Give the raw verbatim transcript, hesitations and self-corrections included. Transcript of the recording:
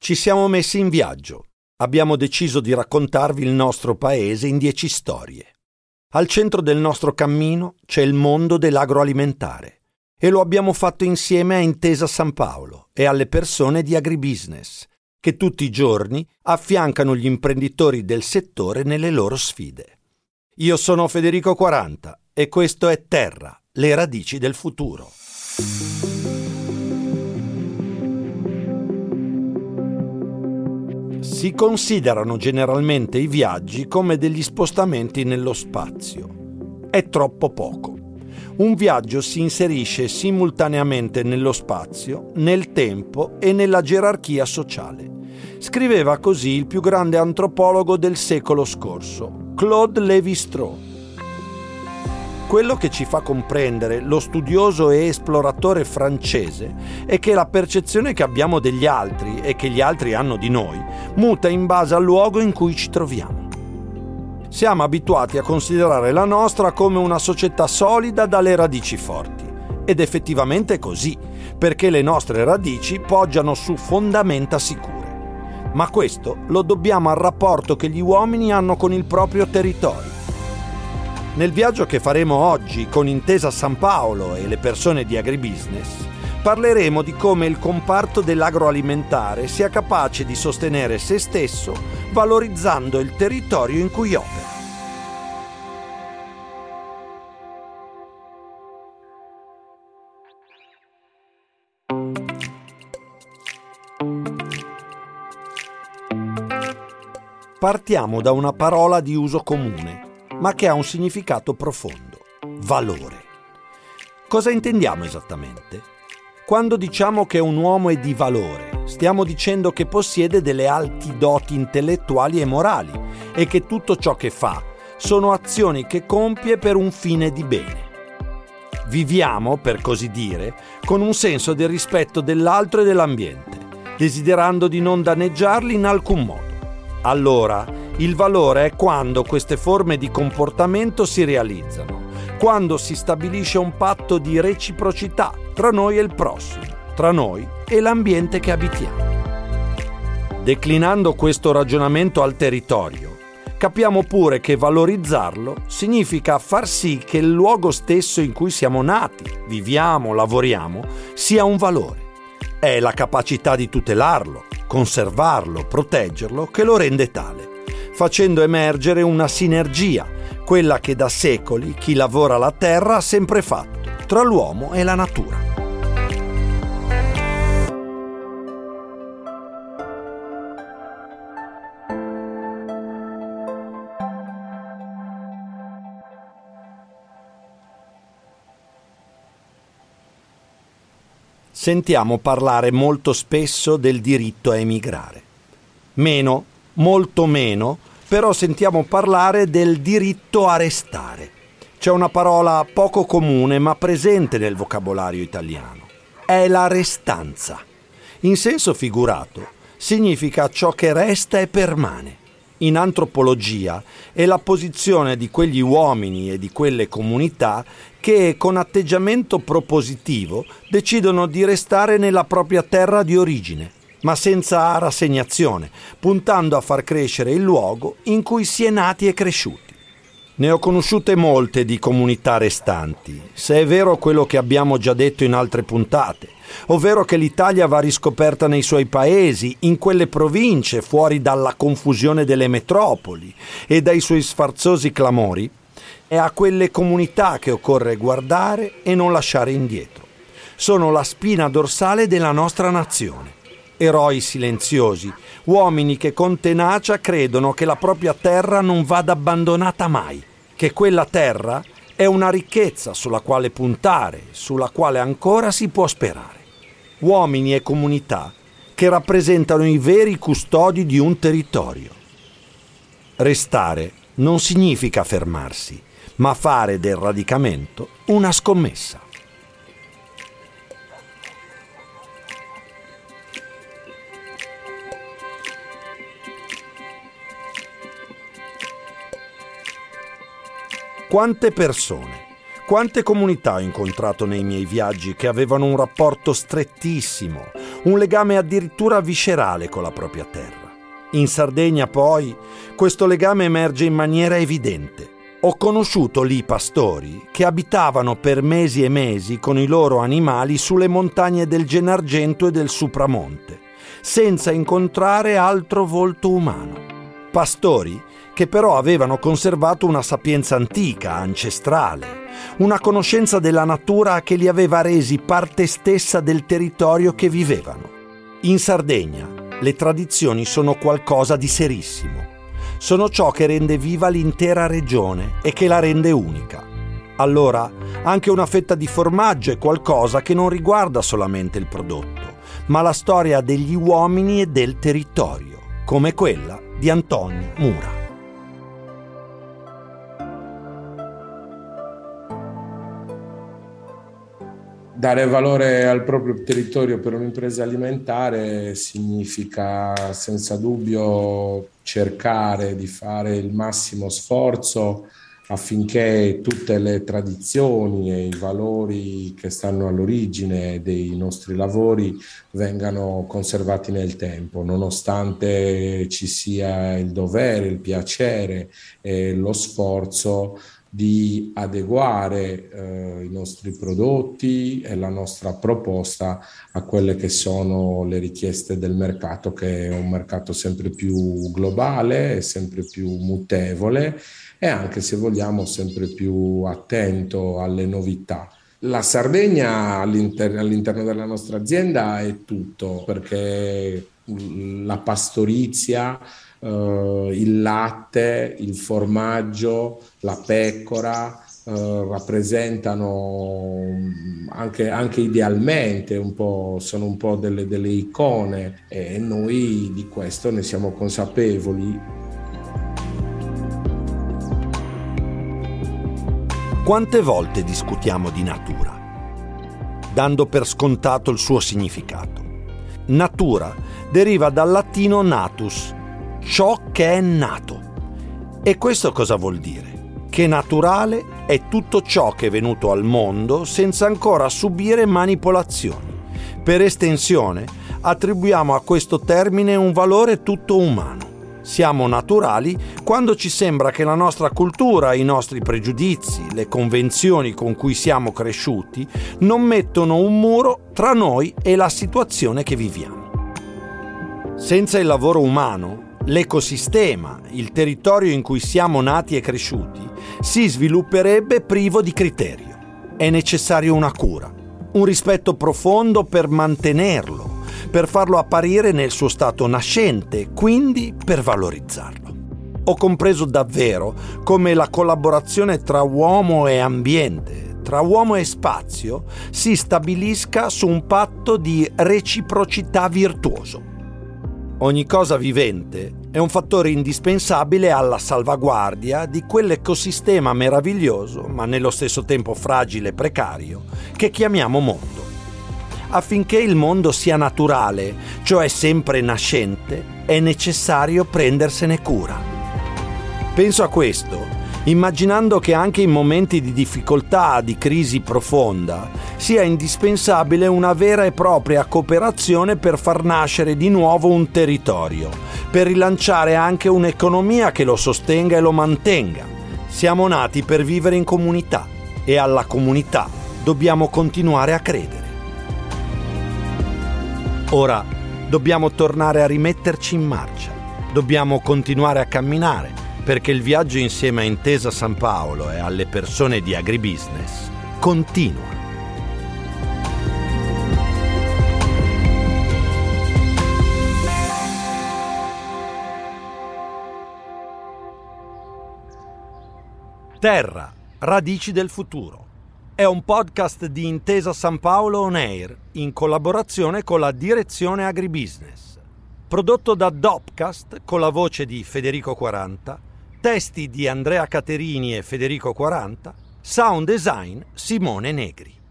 Ci siamo messi in viaggio. Abbiamo deciso di raccontarvi il nostro paese in dieci storie. Al centro del nostro cammino c'è il mondo dell'agroalimentare e lo abbiamo fatto insieme a Intesa San Paolo e alle persone di Agribusiness, che tutti i giorni affiancano gli imprenditori del settore nelle loro sfide. Io sono Federico quaranta e questo è Terra, le radici del futuro. Si considerano generalmente i viaggi come degli spostamenti nello spazio. È troppo poco. Un viaggio si inserisce simultaneamente nello spazio, nel tempo e nella gerarchia sociale. Scriveva così il più grande antropologo del secolo scorso, Claude Lévi-Strauss. Quello che ci fa comprendere lo studioso e esploratore francese è che la percezione che abbiamo degli altri e che gli altri hanno di noi muta in base al luogo in cui ci troviamo. Siamo abituati a considerare la nostra come una società solida dalle radici forti. Ed effettivamente è così, perché le nostre radici poggiano su fondamenta sicure. Ma questo lo dobbiamo al rapporto che gli uomini hanno con il proprio territorio. Nel viaggio che faremo oggi con Intesa San Paolo e le persone di Agribusiness, parleremo di come il comparto dell'agroalimentare sia capace di sostenere se stesso valorizzando il territorio in cui opera. Partiamo da una parola di uso comune, ma che ha un significato profondo: valore. Cosa intendiamo esattamente? Quando diciamo che un uomo è di valore, stiamo dicendo che possiede delle alti doti intellettuali e morali e che tutto ciò che fa sono azioni che compie per un fine di bene. Viviamo, per così dire, con un senso del rispetto dell'altro e dell'ambiente, desiderando di non danneggiarli in alcun modo. Allora, il valore è quando queste forme di comportamento si realizzano, quando si stabilisce un patto di reciprocità tra noi e il prossimo, tra noi e l'ambiente che abitiamo. Declinando questo ragionamento al territorio, capiamo pure che valorizzarlo significa far sì che il luogo stesso in cui siamo nati, viviamo, lavoriamo, sia un valore. È la capacità di tutelarlo, conservarlo, proteggerlo che lo rende tale, facendo emergere una sinergia, quella che da secoli chi lavora la terra ha sempre fatto, tra l'uomo e la natura. Sentiamo parlare molto spesso del diritto a emigrare. Meno, molto meno, però sentiamo parlare del diritto a restare. C'è una parola poco comune ma presente nel vocabolario italiano. È la restanza. In senso figurato, significa ciò che resta e permane. In antropologia è la posizione di quegli uomini e di quelle comunità che con atteggiamento propositivo decidono di restare nella propria terra di origine, ma senza rassegnazione, puntando a far crescere il luogo in cui si è nati e cresciuti. Ne ho conosciute molte di comunità restanti, se è vero quello che abbiamo già detto in altre puntate, ovvero che l'Italia va riscoperta nei suoi paesi, in quelle province, fuori dalla confusione delle metropoli e dai suoi sfarzosi clamori. È a quelle comunità che occorre guardare e non lasciare indietro. Sono la spina dorsale della nostra nazione. Eroi silenziosi, uomini che con tenacia credono che la propria terra non vada abbandonata mai, che quella terra è una ricchezza sulla quale puntare, sulla quale ancora si può sperare. Uomini e comunità che rappresentano i veri custodi di un territorio. Restare non significa fermarsi, ma fare del radicamento una scommessa. Quante persone, quante comunità ho incontrato nei miei viaggi che avevano un rapporto strettissimo, un legame addirittura viscerale con la propria terra. In Sardegna, poi, questo legame emerge in maniera evidente. Ho conosciuto lì pastori che abitavano per mesi e mesi con i loro animali sulle montagne del Gennargentu e del Supramonte, senza incontrare altro volto umano. Pastori che però avevano conservato una sapienza antica, ancestrale, una conoscenza della natura che li aveva resi parte stessa del territorio che vivevano. In Sardegna le tradizioni sono qualcosa di serissimo. Sono ciò che rende viva l'intera regione e che la rende unica. Allora, anche una fetta di formaggio è qualcosa che non riguarda solamente il prodotto, ma la storia degli uomini e del territorio, come quella di Antonio Mura. Dare valore al proprio territorio per un'impresa alimentare significa senza dubbio cercare di fare il massimo sforzo affinché tutte le tradizioni e i valori che stanno all'origine dei nostri lavori vengano conservati nel tempo, nonostante ci sia il dovere, il piacere e lo sforzo di adeguare eh, i nostri prodotti e la nostra proposta a quelle che sono le richieste del mercato, che è un mercato sempre più globale e sempre più mutevole e anche, se vogliamo, sempre più attento alle novità. La Sardegna all'inter- all'interno della nostra azienda è tutto, perché la pastorizia, Uh, il latte, il formaggio, la pecora uh, rappresentano anche, anche idealmente un po', sono un po' delle, delle icone e noi di questo ne siamo consapevoli. Quante volte discutiamo di natura, dando per scontato il suo significato? Natura deriva dal latino natus, ciò che è nato. E questo cosa vuol dire? Che naturale è tutto ciò che è venuto al mondo senza ancora subire manipolazioni. Per estensione, attribuiamo a questo termine un valore tutto umano. Siamo naturali quando ci sembra che la nostra cultura, i nostri pregiudizi, le convenzioni con cui siamo cresciuti non mettono un muro tra noi e la situazione che viviamo. Senza il lavoro umano, l'ecosistema, il territorio in cui siamo nati e cresciuti, si svilupperebbe privo di criterio. È necessario una cura, un rispetto profondo per mantenerlo, per farlo apparire nel suo stato nascente, quindi per valorizzarlo. Ho compreso davvero come la collaborazione tra uomo e ambiente, tra uomo e spazio, si stabilisca su un patto di reciprocità virtuoso. Ogni cosa vivente è un fattore indispensabile alla salvaguardia di quell'ecosistema meraviglioso, ma nello stesso tempo fragile e precario, che chiamiamo mondo. Affinché il mondo sia naturale, cioè sempre nascente, è necessario prendersene cura. Penso a questo immaginando che anche in momenti di difficoltà, di crisi profonda, sia indispensabile una vera e propria cooperazione per far nascere di nuovo un territorio, per rilanciare anche un'economia che lo sostenga e lo mantenga. Siamo nati per vivere in comunità e alla comunità dobbiamo continuare a credere. Ora dobbiamo tornare a rimetterci in marcia, dobbiamo continuare a camminare, perché il viaggio insieme a Intesa San Paolo e alle persone di Agribusiness continua. Terra, radici del futuro. È un podcast di Intesa San Paolo On Air in collaborazione con la direzione Agribusiness. Prodotto da Dopcast con la voce di Federico quaranta, testi di Andrea Caterini e Federico quaranta, sound design Simone Negri.